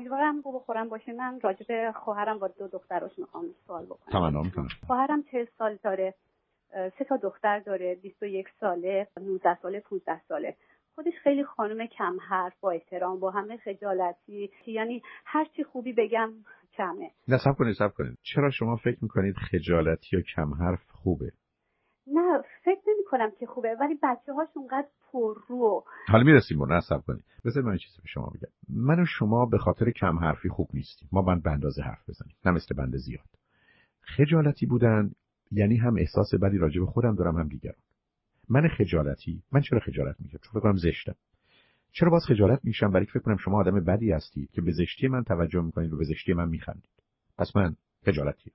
امیدوارم خوب و خورم باشین. من راجع به خواهرم و 2 دختراش میخوام سوال بکنم. تمام میکنم. خواهرم 40 سال داره، 3 تا دختر داره، 21 ساله، 19 ساله، 15 ساله. خودش خیلی خانم کم حرف، با احترام، با همه خجالتی، یعنی هر چی خوبی بگم کمه. نه صبر کنید. چرا شما فکر میکنید خجالتی یا کم حرف خوبه؟ نه فکر نمی کنم که خوبه، ولی بچه‌هاش اونقدر پررو. حالا میرسیم به صبر کنید. بذار من چیزی به شما بگم. من و شما به خاطر کم حرفی خوب نیستیم. ما باید به اندازه حرف بزنیم، نه مثل بنده زیاد. خجالتی بودن یعنی هم احساس بدی راجع به خودم دارم هم دیگران. من خجالتی، من چرا خجالت میکنم؟ چون فکر کنم زشتم. چرا باز خجالت میشم؟ برای که فکر کنم شما آدم بدی هستید که به زشتی من توجه میکنید و به زشتی من میخندید. پس من خجالتیم.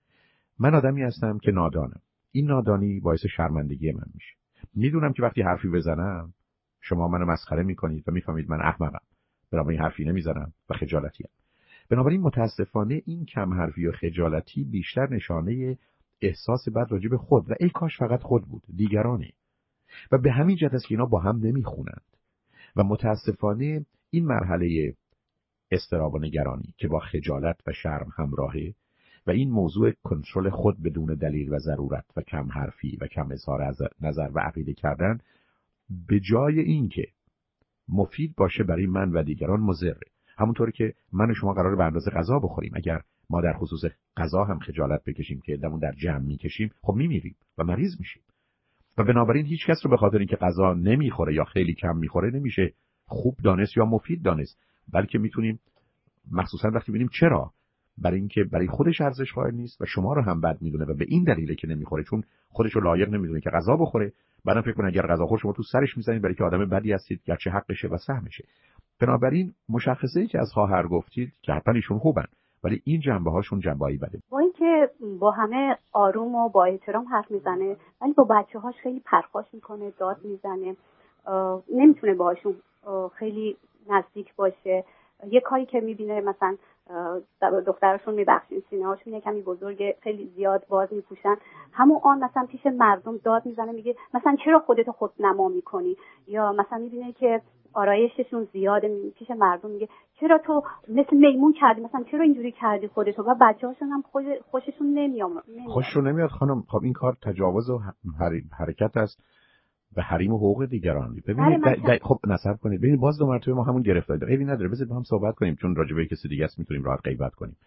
من آدمی هستم که نادانم. این نادانی باعث شرمندگی من میشه. میدونم که وقتی حرفی بزنم شما منو مسخره میکنید و میفهمید من احمقم. بنابراین حرفی نمیزنم و خجالتیم. بنابراین متاسفانه این کم حرفی و خجالتی بیشتر نشانه احساس بد راجع به خود و ای کاش فقط خود بود، دیگرانی. و به همین جهت است که اینا با هم نمیخونند. و متاسفانه این مرحله اضطراب و نگرانی که با خجالت و شرم همراهه و این موضوع کنترل خود بدون دلیل و ضرورت و کم حرفی و کم اظهار نظر و عقیده کردن، به جای اینکه مفید باشه برای من و دیگران مضره. همونطوری که من و شما قراره به اندازه غذا بخوریم، اگر ما در خصوص غذا هم خجالت بکشیم که دمون در جمع میکشیم، خب میمیریم و مریض میشیم. و بنابراین هیچ کس رو به خاطر اینکه غذا نمیخوره یا خیلی کم میخوره نمیشه خوب دانست یا مفید دانست، بلکه میتونیم مخصوصا وقتی ببینیم چرا، برای اینکه برای خودش ارزش قائل نیست و شما رو هم بد میدونه و به این دلیله که نمیخوره، چون خودش رو لایق نمیدونه که غذا بخوره. بعدم فکر کنه اگر غذا خور شما تو سرش میزنید برای که آدم بدی هستید، گرچه حقشه و سهمشه. بنابراین مشخصه‌ای که از خواهر گفتید که حتما ایشون خوبن، ولی این جنبه‌هاشون جنبه‌ای بده. با اینکه با همه آروم و با احترام حرف میزنه، ولی با بچه‌هاش خیلی پرخاش میکنه، داد میزنه، نمیتونه باهاشون خیلی نزدیک باشه. یه کاری که میبینه مثلا دخترشون میبخشین سینه هاشون یه کمی بزرگه، خیلی زیاد باز میپوشن، همون آن مثلا پیش مردم داد میزنه، میگه مثلا چرا خودتو خودنما میکنی، یا مثلا میبینه که آرایششون زیاده، پیش مردم میگه چرا تو مثل میمون کردی، مثلا چرا اینجوری کردی خودتو. و بچه‌هاشون هم خوششون نمیاد. خوششون نمیاد خانم. خب این کار تجاوز و حرکت است و حریم و حقوق دیگران. ببینید خب نصب کنید. ببینید باز دو مرتبه ما همون گرفتاری داریم. عیبی نداره، بذارید با هم صحبت کنیم، چون راجع به کسی دیگه است میتونیم راحت غیبت کنیم.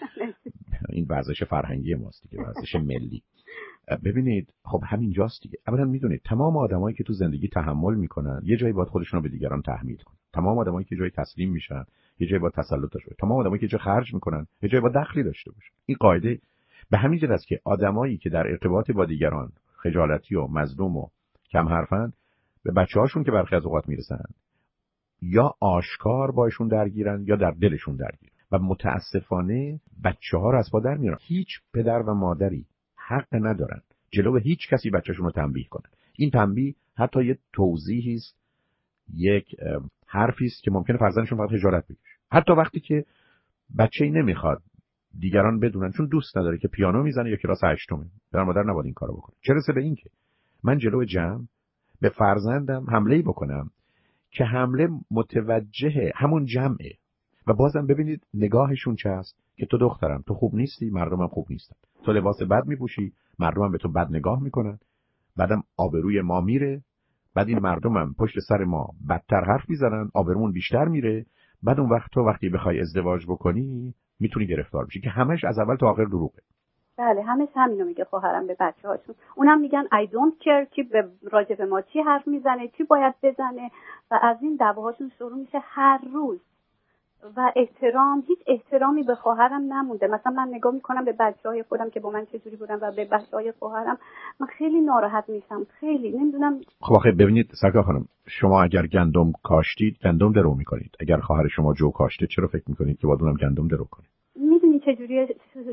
این ورزش فرهنگی ماست دیگه، ورزش ملی. ببینید خب همینجاست دیگه. اولا میدونید تمام آدمایی که تو زندگی تحمل میکنن یه جایی باید خودشون رو به دیگران تحمیل کنن. تمام آدمایی که جایی تسلیم میشن یه جایی باید تسلط داشته باشن. تمام آدمایی که جا خرج میکنن یه جایی باید دخلی داشته باشن. این قاعده به همین جهت است که آدمایی که در ارتباط با دیگران خجالتی و مظلوم و کم حرفن، به بچه‌هاشون که برخی از اوقات میرسن یا آشکار باشون درگیرن یا در دلشون درگیرن و متاسفانه بچه‌ها رو از پا در میارن. هیچ پدر و مادری حق ندارن جلو هیچ کسی بچه‌شون رو تنبیه کنن. این تنبیه حتی یه توضیحی است، یک حرفی است که ممکنه فرزندشون فقط خجالت بکشه، حتی وقتی که بچه‌ای نمیخواد دیگران بدونن، چون دوست نداره که پیانو میزنه یا کلاس هشتمه. پدر مادر نباید این کارو بکنه. چه رسه به این که من جلو جمع به فرزندم حمله‌ای بکنم که حمله متوجه همون جمعه. و بازم ببینید نگاهشون چه است که تو دخترم تو خوب نیستی، مردمم خوب نیستن، تو لباس بد میپوشی، مردمم به تو بد نگاه میکنن، بعدم آبروی ما میره، بعد این مردمم پشت سر ما بدتر حرف میزنن، آبرومون بیشتر میره. بعد اون وقت تو وقتی بخوای ازدواج بکنی میتونی گرفتار بشی، که همش از اول تا آخر دروغه. بله همش همینو میگه خواهرم به بچه‌هاشون. اونم میگن I don't care که راجع به ما چی حرف میزنه، چی باید بزنه، و از این دعواهاشون شروع میشه هر روز. و هیچ احترامی به خواهرم نمونده. مثلا من نگاه میکنم به بچه‌های خودم که با من چجوری بودن و به بچه‌های خواهرم، من خیلی ناراحت میشم، خیلی نمیدونم. خب آخه ببینید سرکار خانم، شما اگر گندم کاشتید گندم درو میکنید، اگر خواهر شما جو کاشته چرا فکر میکنید که باید اونم گندم درو کنه؟ میدونی چجوریه؟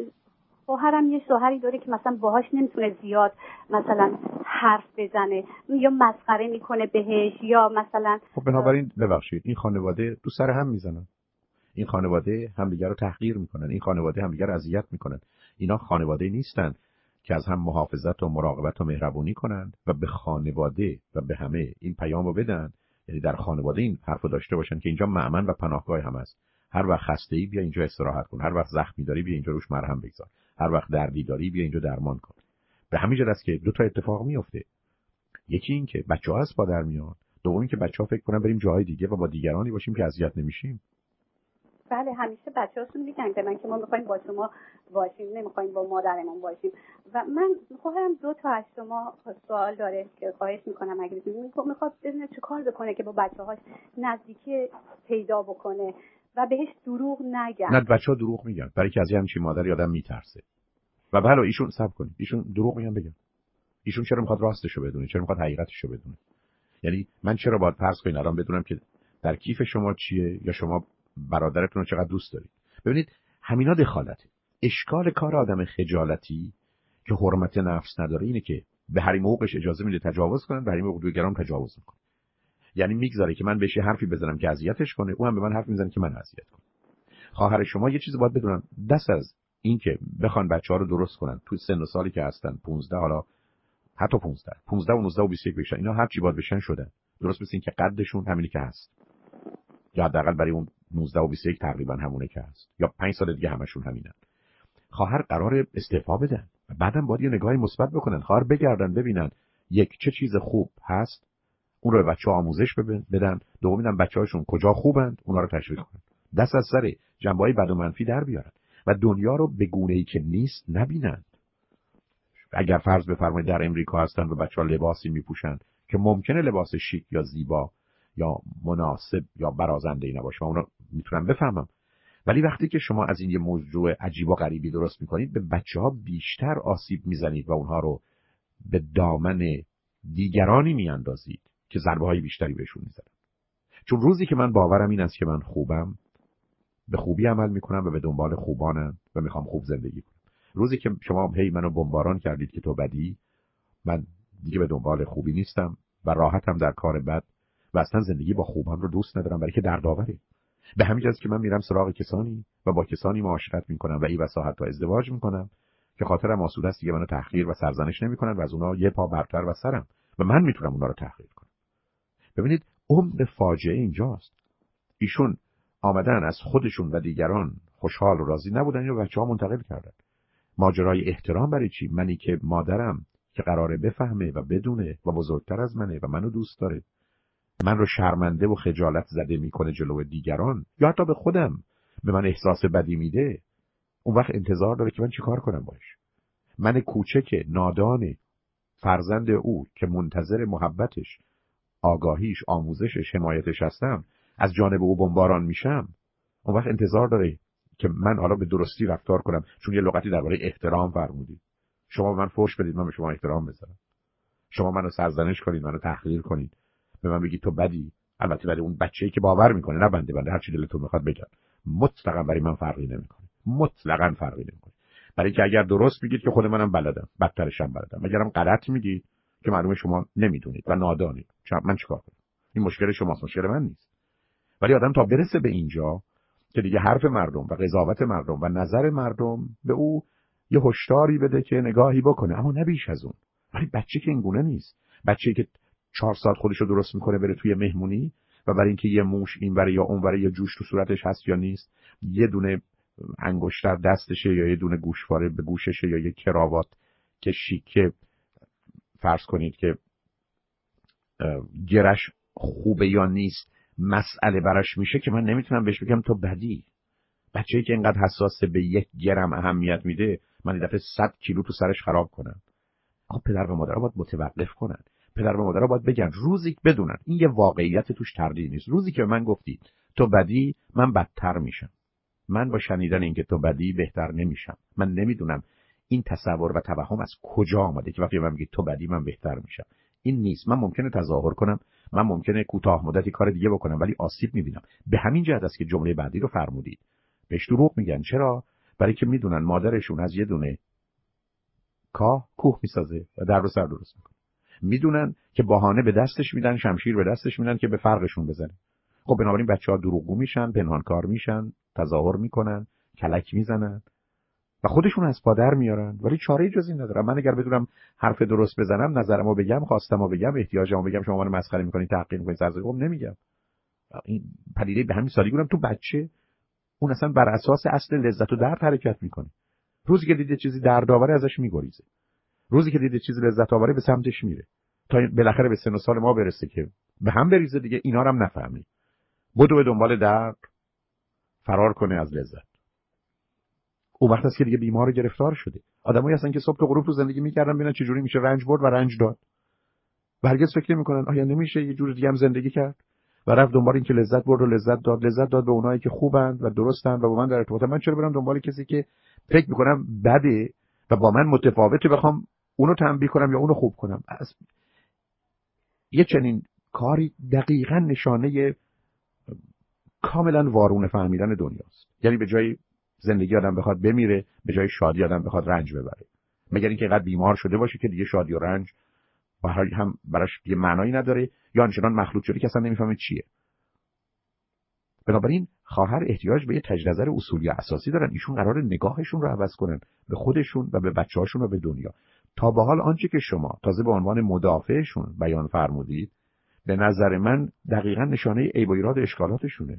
خواهرم یه شوهری داره که مثلا باهاش نمیتونه زیاد مثلا حرف بزنه یا مسخره میکنه بهش، یا مثلا خب بنابراین ببخشید این خانواده تو سر هم میزنن، این خانواده همدیگر رو تحقیر میکنن، این خانواده همدیگر رو اذیت میکنن. اینا خانواده نیستن که از هم محافظت و مراقبت و مهربونی کنن و به خانواده و به همه این پیامو بدن. یعنی در خانواده این حرفو داشته باشن که اینجا مأمن و پناهگاه هم است. هر وقت خسته‌ای بیا اینجا استراحت کن، هر وقت زخمی داری بیا اینجا روش مرهم بگذار، هر وقت دردی داری بیا اینجا درمان کن. به همین جهت است که دو تا اتفاق میفته. یکی این که بچه‌ها از پا در میان، دوم این که بچه‌ها فکر کنن بریم جاهای دیگه و با دیگرانی باشیم که اذیت نمیشیم. بله، همیشه بچه‌هاشون میگن به من که ما می‌خوایم با شما باشیم، نمی‌خوایم با مادرمون باشیم. و من خواهرم 2 تا از شما سوال داره که خواهش می‌کنم اگه می‌خواد بدونه چه کار بکنه که با بچه‌هاش نزدیکی پیدا بکنه و بهش دروغ نگن. نه، بچه‌ها دروغ میگن، برای که از همچین مادری آدم میترسه. و بله ایشون صبر کنید، ایشون دروغ میگن بگن. ایشون چرا می‌خواد راستشو بدونه؟ چرا می‌خواد حقیقتشو بدونه؟ یعنی من چرا باید فرض کنین الان بدونم که در کیف شما چیه یا شما برادرتون رو چقدر دوست دارید؟ ببینید همینا دخالته. اشکال کار آدم خجالتی که حرمت نفس نداره اینه که به حریم حقوقش اجازه میده تجاوز کنن، به حریم حقوق دیگران تجاوز میکنه. یعنی میگذاره که من بهش حرفی بزنم که اذیتش کنه، اون هم به من حرف میزنه که من اذیت کنه. خواهر شما یه چیزی باید بدونن، دست از این که بخوان بچه‌ها رو درست کنن تو سن و سالی که هستن 15 حالا حتی 15 و 19 و 21 بشن، اینا هر چی باید بشن شدن. درست مثل این که قدشون همینی که هست، یا حداقل برای اون 19 و 21 تقریبا همونه که هست، یا 5 سال دیگه همشون همینن. خواهر قرار استعفا بدن و بعدم باید یه نگاهی مثبت بکنن. خواهر بگردن ببینن یک چه چیز خوب هست، اون رو به بچه‌ها آموزش بدن. دوم ببینن بچه‌هاشون کجا خوبند، اونا رو تشویق کنن. دست از سر جنبه‌های بد و منفی در بیارن و دنیا رو به گونه‌ای که نیست نبینن. اگر فرض بفرمایید در امریکا هستن و بچه‌ها لباسی میپوشن که ممکنه لباس شیک یا زیبا یا مناسب یا برازنده‌ای نباشه، من اون رو میتونم بفهمم، ولی وقتی که شما از این یه موضوع عجیب و غریبی درست میکنید به بچه‌ها بیشتر آسیب میزنید و اونها رو به دامن دیگرانی میاندازید که ضربه‌های بیشتری بهشون میزنن. چون روزی که من باورم این است که من خوبم، به خوبی عمل میکنم و به دنبال خوبانم و میخوام خوب زندگی کنم. روزی که شما هی منو بمباران کردید که تو بدی، من دیگه به دنبال خوبی نیستم و راحتم در کار بد و اصلا زندگی با خوبان رو دوست ندارم، برای که دردآوره. به همین جاست که من میرم سراغ کسانی و با کسانی معاشرت میکنم و ای بسا حتی ازدواج میکنم که خاطرم آسوده است، دیگه منو تحقیر و سرزنش نمیکنن و از اونها یه پا برتر و سرم و من میتونم اونها رو تحقیر کنم. ببینید عمق فاجعه اینجاست. ایشون آمدن از خودشون و دیگران خوشحال و راضی نبودن و بچه‌ها منتقل کردن. ماجرای احترام برای چی؟ منی که مادرم که قراره بفهمه و بدونه و بزرگتر از منه و منو دوست داره، من رو شرمنده و خجالت زده میکنه جلوی دیگران یا حتی به خودم به من احساس بدی میده، اون وقت انتظار داره که من چیکار کنم باش؟ من کوچک نادان فرزند او که منتظر محبتش، آگاهیش، آموزشش، حمایتش هستم، از جانب او بمباران میشم، اون وقت انتظار داره که من حالا به درستی رفتار کنم. چون یه لغتی درباره احترام فرمودید. شما به من فحش بدید، من به شما احترام بذارم. شما منو سرزنش کنید، منو تحقیر کنید، به من بگید تو بدی. البته برای اون بچه‌ای که باور میکنه، نه بنده هر چی دلتون میخواد بگم، مطلقاً برای من فرقی نمیکنه. مطلقاً فرقی نمیکنه. برای که اگر درست میگید که خود منم بلدم، بدترشم بلدم. اگرم غلط میگید که معلومه شما نمیدونید و نادانید. من چیکار کنم؟ این مشکل شماست، مشکل من نیست. ولی آدم تا برسه به اینجا که دیگه حرف مردم و قضاوت مردم و نظر مردم به او یه هشداری بده که نگاهی بکنه، اما نه بیش از اون. ولی بچه که اینگونه نیست. بچه‌ای که 4 ساعت خودشو درست میکنه بره توی مهمونی و برای اینکه یه موش اینوره یا اونوره یا جوش تو صورتش هست یا نیست، یه دونه انگشتر دستشه یا یه دونه گوشواره به گوششه یا یه کراوات که شیکه، فرض کنید که گرش خوبه یا نیست مسئله براش میشه، که من نمیتونم بهش بگم تو بدی. بچه‌ای که اینقدر حساسه به 1 گرم اهمیت میده، من این دفعه 100 کیلو تو سرش خراب کنم. آقا پدر و مادرها باید متوقف کنن. پدر و مادرها باید بگن، روزی بدونن این یه واقعیت توش تردید نیست، روزی که من گفتی تو بدی من بدتر میشم. من با شنیدن اینکه تو بدی بهتر نمیشم. من نمیدونم این تصور و توهم از کجا آمده که وقتی من میگی تو بدی من بهتر میشم. این نیست. من ممکنه تظاهر کنم، من ممکنه کوتاه مدتی کار دیگه بکنم، ولی آسیب میبینم. به همین جهت است که جمله بعدی رو فرمودید. بهش دروغ میگن. چرا؟ برای که میدونن مادرشون از یه دونه کاه کوه میسازه و در رو سر درست میکنه. میدونن که بهانه به دستش میدن، شمشیر به دستش میدن که به فرقشون بزنه. خب بنابراین بچه‌ها دروغگو میشن، پنهانکار میشن، تظاهر میکنن، کلک میزنن و خودشون از پا در میارن، ولی چاره‌ای جز این ندارم. من اگر بدونم حرف درست بزنم، نظرمو بگم، خواستمو بگم، احتیاجمو بگم، شما منو مسخره میکنید، تحقیر میکنید، سرزنش میکنید، نمیگم. این پدیده به همین سادگی گفتم تو بچه اون اصلا بر اساس اصل لذت و درد حرکت میکنه. روزی که دیده چیزی دردآوره ازش میگریزه، روزی که دیده چیزی لذت آوره به سمتش میره، تا بالاخره به سن و سال ما برسه که به هم بریزه دیگه. اینا رو هم نفهمی، بدو به دنبال درد، فرار کنه از لذت. اون وقت است که دیگه بیمار گرفتار شده. آدمایی هستن که صبح تا غروب تو زندگی میکردن ببینن چه جوری میشه رنج برد و رنج داد. هرگز فکر نمیکنن آیا نمیشه یه جور دیگه هم زندگی کرد و رفت دنبال این که لذت برد و لذت داد به اونایی که خوبند و درستند و با من در ارتباطن. من چرا برم دنبال کسی که فکر میکنم بده و با من متفاوته بخوام اونو تنبیه کنم یا اونو خوب کنم؟ یه چنین کاری دقیقاً نشانه کاملا وارونه فهمیدن دنیاست. یعنی به جای زندگی آدم بخواد بمیره، به جای شادی آدم بخواد رنج ببره. مگر اینکه اینقدر بیمار شده باشه که دیگه شادی و رنج هم براش یه معنایی نداره یا آنچنان مخلوط شده که اصلا نمیفهمه چیه. بنابراین خواهر احتیاج به یه تجدید نظر اصولی اساسی دارن. ایشون قراره نگاهشون رو عوض کنن به خودشون و به بچه‌هاشون و به دنیا. تا به حال آنچه که شما تازه به عنوان مدافعشون بیان فرمودید به نظر من دقیقاً نشانه عیب و ایراد اشکالاتشونه.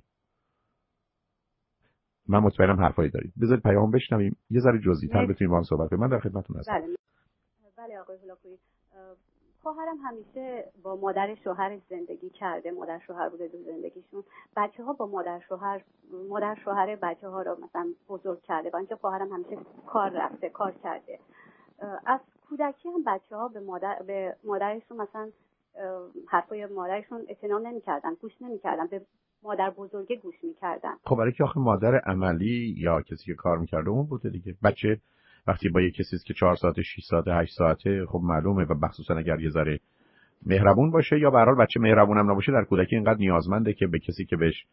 من مطمئنم حرفایی دارید. بذارید پیام بشنویم یه ذره جزئی‌تر بتونیم با هم صحبت کنیم. من در خدمتتون هستم. بله آقای هولاکویی، خواهرم همیشه با مادر شوهرش زندگی کرده. مادر شوهر بوده تو زندگیشون. بچه‌ها با مادر شوهر بچه‌ها رو مثلا بزرگ کرده. با اینکه خواهرم همیشه کار کرده. از کودکی هم بچه‌ها به مادرشون مثلا حرفای مادرشون اطمینان نمی‌کردن، گوش نمی‌کردن، به مادر بزرگه گوش می‌کردن. خب برای که آخه مادر عملی یا کسی که کار می‌کرده اون بوده دیگه. بچه وقتی با یه کسی که 4 ساعته، 6 ساعته، 8 ساعته، خب معلومه و مخصوصا اگر یه ذره مهربون باشه یا به هر حال بچه مهربون هم نباشه در کودکی اینقدر نیازمنده که به کسی که بهش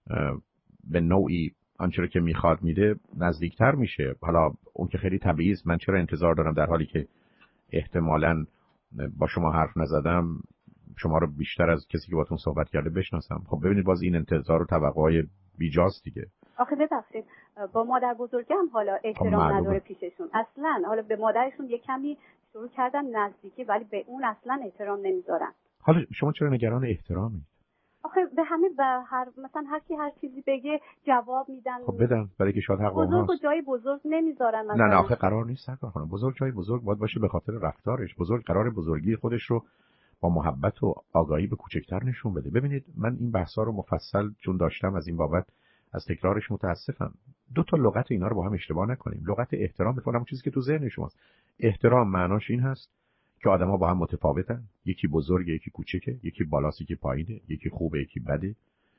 به نوعی آنچه رو که میخواد میده نزدیکتر میشه. حالا اون که خیلی طبیعیه، من چرا انتظار دارم در حالی که احتمالاً با شما حرف نزدم شما رو بیشتر از کسی که باتون صحبت کرده بشناسم. خب ببینید باز این انتظار و توقعای بیجاست دیگه. آخه ببخشید با مادر بزرگم حالا احترام نداره پیششون اصلا. حالا به مادرشون یه کمی شروع کردن نزدیکی ولی به اون اصلا احترام نمیذارن. حالا شما چرا نگران احترامی؟ آخه به همه مثلا هر کی هر چیزی بگه جواب میدن. خب بدن برای که شاید حق اونهاست. بزرگ و جای بزرگ نمیذارن مثلا. نه آخه قرار نیست سرکار خانم بزرگ جای بزرگ باید باشه به خاطر رفتارش. بزرگ قرار بزرگی خودش رو با محبت و آگاهی به کوچکتر نشون بده. ببینید من این بحثا رو مفصل چون داشتم از این بابت از تکرارش متاسفم. 2 تا لغت اینا رو با هم اشتباه نکنیم. لغت احترام به طور چیزی که تو ذهن شماست. احترام معناش این هست که آدم‌ها با هم متفاوتن. یکی بزرگه، یکی کوچیکه، یکی بالاست، یکی پایینه، یکی خوبه، یکی بده،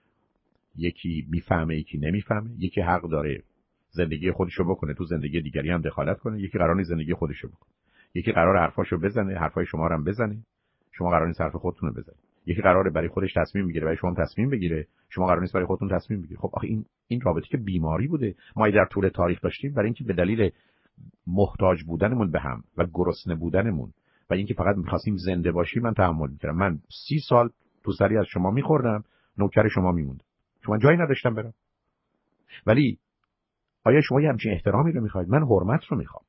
یکی میفهمه، یکی نمیفهمه، یکی حق داره زندگی خودشو بکنه تو زندگی دیگری هم دخالت کنه، یکی قرار نیست زندگی خودشو بکنه. یکی قرار حرفاشو بزنه، حرفای شما رو هم بزنه، شما قرار نیست حرف خودتون رو بزنید. یکی قراره برای خودش تصمیم بگیره، برای شما تصمیم بگیره، شما قرار نیست برای خودتون تصمیم بگیرید. خب آخه این رابطه که بیماری بوده ما در طول تاریخ داشتیم برای اینکه به دلیل محتاج بودنمون به هم و گرسنه بودنمون و اینکه فقط می‌خواستیم زنده باشیم من تحمل می‌کردم. من 30 سال تو سری از شما می‌خوردم، نوکر شما میموندم. شما جایی نداشتم برم. ولی آیا شما یه همچین احترامی رو می‌خواید؟ من حرمت رو می‌خوام.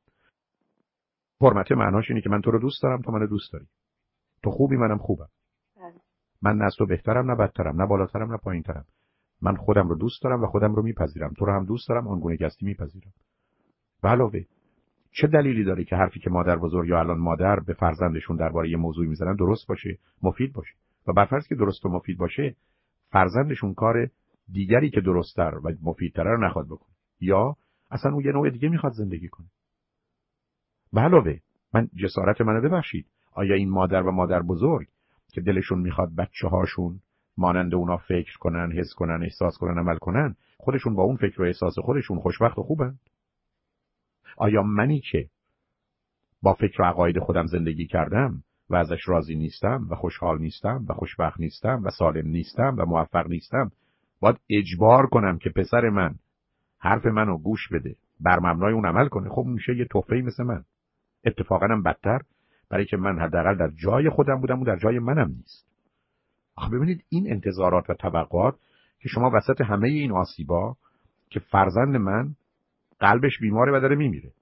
حرمت معناش اینه که من تو رو دوست دارم، تو منو دوست داری. تو خوبی، منم خوبم. من نه از تو بهترم نه بدترم، نه بالاترم نه پایینترم. من خودم رو دوست دارم و خودم رو میپذیرم. تو رو هم دوست دارم، آنگونه که هستی میپذیرم. به علاوه چه دلیلی داره که حرفی که مادر بزرگ یا الان مادر به فرزندشون درباره یه موضوعی میزنن درست باشه، مفید باشه؟ و بر فرض که درست و مفید باشه، فرزندشون کار دیگری که درست‌تر و مفیدتر رو نخواد بکنه یا اصلا اون یه نوع دیگه میخواد زندگی کنه. به علاوه من جسارت منو ببخشید، آیا این مادر و مادر بزرگ که دلشون میخواد بچه‌هاشون مانند اونا فکر کنن، حس کنن، احساس کنن، عمل کنن، خودشون با اون فکر و احساس خودشون خوشبخت و خوبن؟ آیا منی که با فکر و عقاید خودم زندگی کردم و ازش راضی نیستم و خوشحال نیستم و خوشبخت نیستم و سالم نیستم و موفق نیستم باید اجبار کنم که پسر من حرف منو گوش بده، بر مبنای اون عمل کنه؟ خب میشه یه توفه‌ای مثل من. اتفاقا هم بدتر، برای که من حداقل در جای خودم بودم و در جای منم نیست. آخه ببینید این انتظارات و توقعات که شما وسط همه این آسیبا که فرزند من قلبش بیماره و داره میمیره،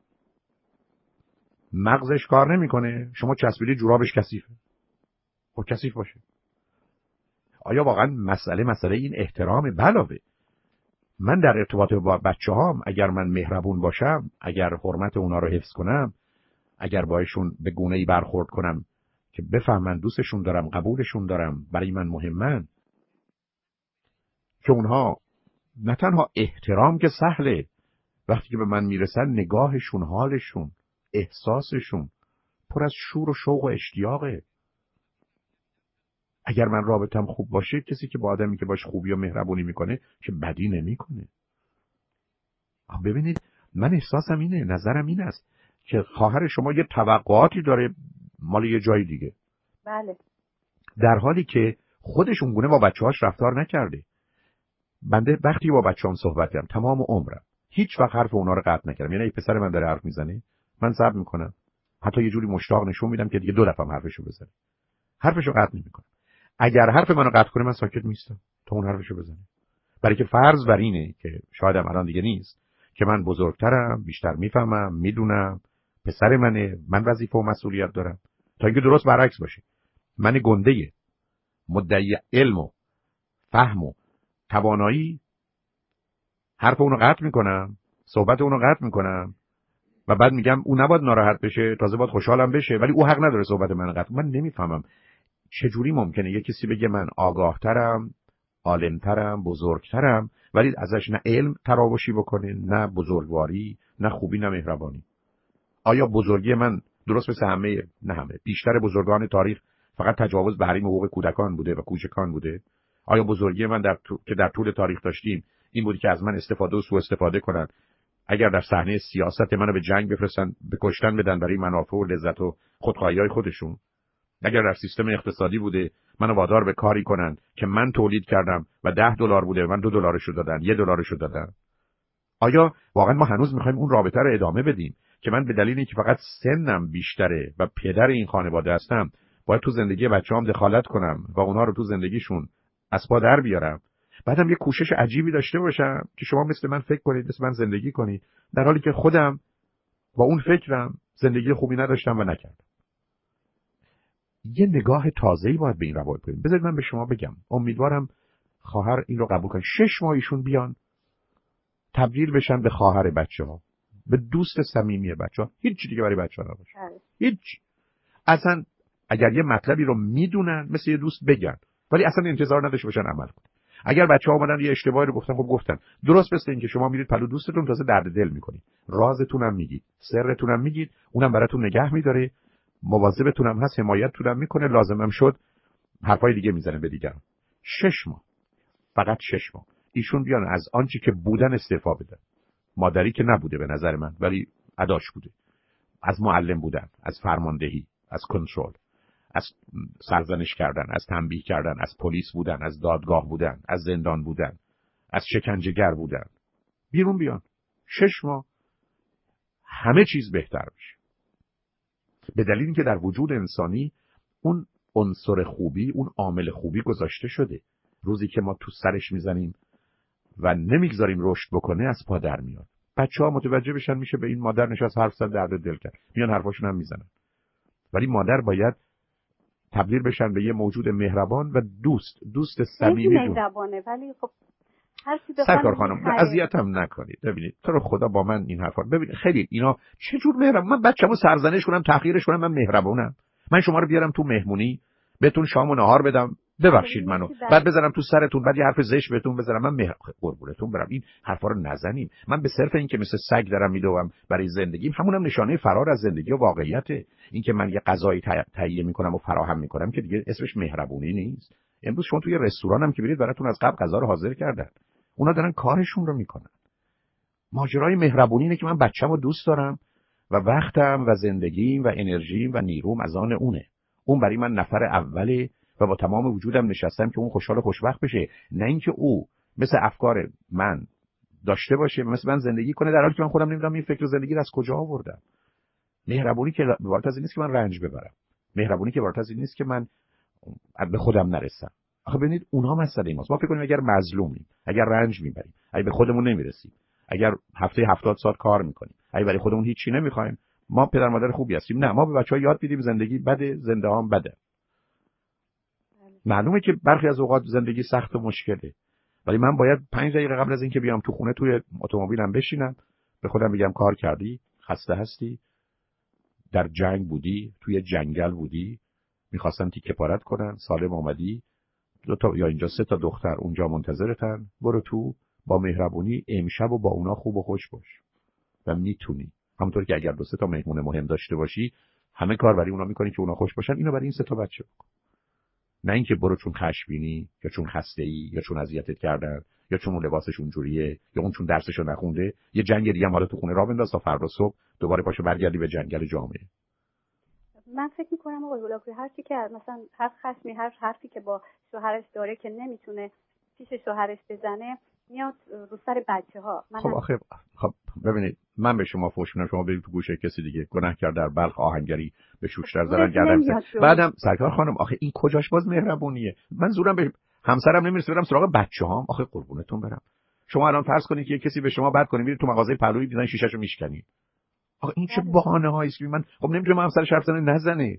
مغزش کار نمیکنه، شما چسبیدی جورابش کثیفه. خب کثیف باشه. آیا واقعا مسئله این احترام؟ علاوه من در ارتباط با بچه‌هام اگر من مهربون باشم، اگر حرمت اونا رو حفظ کنم، اگر باهاشون به گونه‌ای برخورد کنم که بفهمن دوستشون دارم، قبولشون دارم، برای من مهمن، که اونها نه تنها احترام که سهله، وقتی که به من میرسن نگاهشون، حالشون، احساسشون پر از شور و شوق و اشتیاقه. اگر من رابطم خوب باشه، کسی که با آدمی که باش خوبی و مهربونی میکنه که بدی نمیکنه. ببینید، من احساسم اینه، نظرم این است که خواهر شما یه توقعاتی داره مال یه جای دیگه. بله. در حالی که خودش اونگونه با بچه‌هاش رفتار نکرده. بنده وقتی با بچه‌ام صحبت کردم تمام عمرم هیچ وقت حرف اونا رو قطع نکردم. یعنی پسر من داره حرف میزنه، من صبر میکنم، حتی یه جوری مشتاق نشون میدم که دیگه 2 دفعه حرفشو بزنه. حرفشو قطع نمیکنم. اگر حرف منو قطع کنه من ساکت میستم تا اون حرفشو بزنه. برای که فرض بر اینه که شاید هم الان دیگه نیست که من بزرگترم، بیشتر میفهمم، میدونم، پسر منه، من وظیفه و مسئولیت دارم، تا اینکه درست برعکس باشه. من گنده مدعی علم و فهم و توانایی حرف اونو قطع میکنم، صحبت اونو قطع میکنم و بعد میگم اون نباید ناراحت بشه، تازه باید خوشحالم بشه، ولی او حق نداره صحبت من قطع. من نمیفهمم چجوری ممکنه یه کسی بگه من آگاهترم، عالمترم، بزرگترم، ولی ازش نه علم تراوشی بکنه، نه بزرگواری، نه خوبی، نه مهربانی. آیا بزرگی من درست مثل بیشتر بزرگان تاریخ فقط تجاوز به حریم حقوق کودکان بوده و کوچکان بوده؟ آیا بزرگی من که در طول تاریخ داشتیم این بودی که از من استفاده و سوء استفاده کنن، اگر در صحنه سیاست منو به جنگ بفرستن، به کشتن بدن برای منافع و لذت و خودخواهی‌های خودشون؟ اگر در سیستم اقتصادی بوده منو وادار به کاری کنن که من تولید کردم و $10 بوده من $2 دادن، $1 دادن؟ آیا واقعا ما هنوز میخوایم اون رابطه رو ادامه بدیم که من به دلیل اینکه فقط سنم بیشتره و پدر این خانواده هستم باید تو زندگی بچه‌هام دخالت کنم و اونها رو تو زندگیشون از پا در بیارم، بعدم یه کوشش عجیبی داشته باشم که شما مثل من فکر کنید، مثل من زندگی کنید، در حالی که خودم با اون فکرم زندگی خوبی نداشتم و نکردم؟ یه نگاه تازه‌ای باید به این روابط کنیم. بذارید من به شما بگم، امیدوارم خواهر این رو قبول کنه. 6 ماه ایشون بیان تبدیل بشن به خواهر بچه‌ها، به دوست صمیمی بچه‌ها، هیچ چیزی دیگه برای بچه‌ها نباشه. هیچ. اصلا اگر یه مطلبی رو میدونن مثل یه دوست بگن، ولی اصلا انتظار نداشته باشن عمل کنن. اگر بچه‌ها اومدن یه اشتباهی رو گفتن، خب گفتن. درست مثل این که شما میرید پلو دوستتون تازه درد دل میکنید، رازتون هم میگید، سرتون هم میگید، اونم براتون نگه میداره، مواظبتون هم هست، حمایتتون هم میکنه، لازمم شد حرفای دیگه میزنه به دیگران. 6 ماه، فقط 6 ماه ایشون بیان از آنچه که بودن استعفا بدن. مادری که نبوده به نظر من، ولی اداش بوده. از معلم بودن، از فرماندهی، از کنترل، از سرزنش کردن، از تنبیه کردن، از پلیس بودن، از دادگاه بودن، از زندان بودن، از شکنجهگر بودن، بیرون بیان. 6 ماه همه چیز بهتر میشه. به دلیل اینکه در وجود انسانی اون عنصر خوبی، اون عامل خوبی گذاشته شده. روزی که ما تو سرش میزنیم و نمیگذاریم رشد بکنه از پا در میاد. بچه‌ها متوجه بشن میشه به این مادر نشست حرف زد، درد دل کرد، میان حرفاشون هم میزنن. ولی مادر باید تبدیل بشن به یه موجود مهربان و دوست صمیمی. مهربانه، ولی خب هرچی سرکار خانم اذیتم نکنید. ببینید تو رو خدا با من این حرفا ببینید، خیلی اینا چه جور مهربان. من بچه‌مو سرزنش کنم، تحقیرش کنم، من مهربونم؟ من شما رو بیارم تو مهمونی بهتون شام و نهار بدم، ببخشید منو، بعد بزنم تو سرتون، بعد یه حرف زشت بهتون بزنم، من قربونتون برم. این حرفا رو نزنیم. من به صرف این که مثل سگ دارم میدوام برای زندگیم، همونم نشانه فرار از زندگی و واقعیته. این که من یه غذایی تهیه میکنم و فراهم میکنم که دیگه اسمش مهربونی نیست. امروز شما توی رستوران هم که برید براتون از قبل غذا رو حاضر کردن، اونا دارن کارشون رو میکنن. ماجرای مهربونی اینه که من بچه‌مو دوست دارم و وقتم و زندگیم و انرژیم و نیروم از آن اونه. اون برای من نفر اوله و با تمام وجودم نشستم که اون خوشحال و خوشبخت بشه، نه اینکه او مثل افکار من داشته باشه، مثل من زندگی کنه، در حالی که من خودم نمیدونم این فکر زندگی رو از کجا آوردم. مهربونی که عبارت از این نیست که من رنج ببرم. مهربونی که عبارت از این نیست که من به خودم نرسم. آخه ببینید اونها مسئله ماست. ما فکر کنیم اگر مظلومیم، اگر رنج میبریم، اگر به خودمون نمیرسیم، اگر هفته 70 ساعت کار میکنیم، اگر برای خودمون هیچی نمیخوایم، ما پدر مادر خوبی هستیم. نه، ما به بچه‌ها یاد میدیم زندگی بده، زنده هم بده. معلومه که برخی از اوقات زندگی سخت و مشکله، ولی من باید 5 دقیقه قبل از اینکه بیام تو خونه توی اتومبیلم بشینم، به خودم بگم کار کردی، خسته هستی، در جنگ بودی، توی جنگل بودی، میخواستن تیکه پارت کنن، سالم اومدی، 2 تا یا اینجا 3 تا دختر اونجا منتظرتن، برو تو با مهربونی امشب و با اونا خوب و خوش باش و میتونی. همونطور که اگر 2-3 تا مهمون مهم داشته باشی، همه کار برای اونا میکنی که اونا خوش باشن، اینو برای این 3 تا بچه بکن. نه اینکه برو چون خشمگینی یا چون خسته‌ای یا چون اذیتت کردن یا چون اون لباسش اونجوریه یا اون چون درسشو نخونده، یه جنگ دیگه هم حالا تو خونه راه بنداز تا فردا صبح دوباره پاشو برگردی به جنگل جامعه. من فکر میکنم آقای هولاکویی هر چی که مثلا هر خشمی، هر حرفی که با شوهرش داره که نمیتونه پیش شوهرش بزنه، میاد رو سر بچه‌ها. خب ببینید، من به شما فحش میدم، شما برید تو گوشه کسی دیگه گناهکار در بلخ آهنگری به شوشتر زدن گردن. بعدم سرکار خانم آخه این کجاش باز مهربونیه؟ من زورم به همسرم نمیرسه برم سراغ بچه‌هام. آخه قربونتون برم، شما الان فرض کنید که یه کسی به شما بد کنه، میرید تو مغازه پلویی میزنن شیشه‌شو میشکنید. آخه این چه بهانه‌هایی است که من خب نمیتونم همسرش حرف نزنه.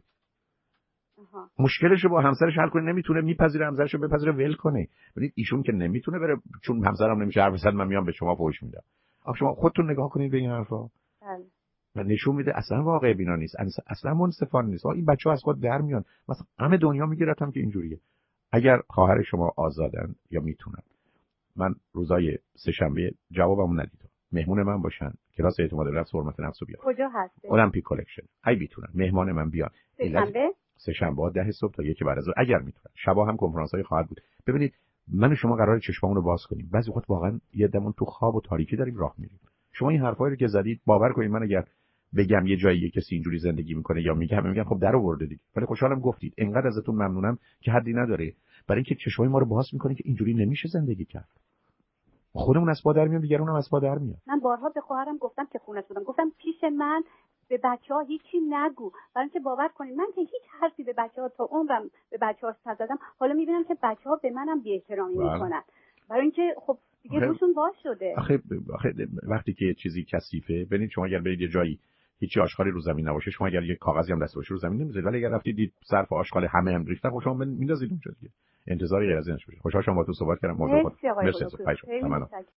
مشکلشو با همسرش حل کنه، نمیتونه، میپذیره همسرشو بپذیره ول کنه. ببینید ایشون که نمیتونه بره چون همسرم نمیشه حرف بزنه، من میام به شما فحش میدم. آخه شما خودتون نگاه کنید به این حرفا. و نشون میده اصلا واقع بینا نیست، اصلا منصفانه نیست. این بچه‌ها از خود در میان. مثلا همه دنیا میگیرتم که اینجوریه. اگر خواهر شما آزادن یا میتونن، من روزای سه شنبه جوابمو ندید، مهمون من باشن، کلاس اعتماد به نفس و حرمت نفس رو بیارن. کجا هست؟ المپیک کالکشن. اگه میتونن مهمان من بیان. سه شنبه 10 صبح تا 1 بعد از ظهر. اگر میتونن شبا هم کنفرانس‌های خواهد بود. ببینید من و شما قراره چشمامون رو باز کنیم. بعضی وقت واقعا یه دمون تو خواب و تاریکی داریم راه میریم. شما این حرفایی رو که زدید باور کنید، من اگر بگم یه جایی یه کسی اینجوری زندگی میکنه یا میگم خب در آورده دیگه، ولی خوشحالم گفتید. اینقدر ازتون ممنونم که حدی نداره، برای اینکه چشمای ما رو باز میکنه که اینجوری نمیشه زندگی کرد. خودمون از پا در میام، دیگرون هم از پا در میاد. من بارها به خواهرم گفتم که خونش بودم، گفتم پیش من به بچه‌ها هیچی نگو، برای اینکه باور کنید من که هیچ حرفی به بچه‌ها تا عمرم به بچه‌ها نزدم، حالا میبینم که بچه‌ها به منم بی‌احترامی میکنن، برای اینکه خب دیگه روشون باز شده. آخه وقتی که چیزی کثیفه، ببینید شما اگر برید یه جایی هیچی آشغالی رو زمین نباشه، شما اگر یه کاغذی هم دست باشه رو زمین نمیذارید، ولی اگر رفتید دید صرف آشغال همه هم ریختن، خب شما میندازید اونجا دیگه. انتظاری غیر از این نشه. خوشحال شدم با تو صحبت کردم. مرسی آقای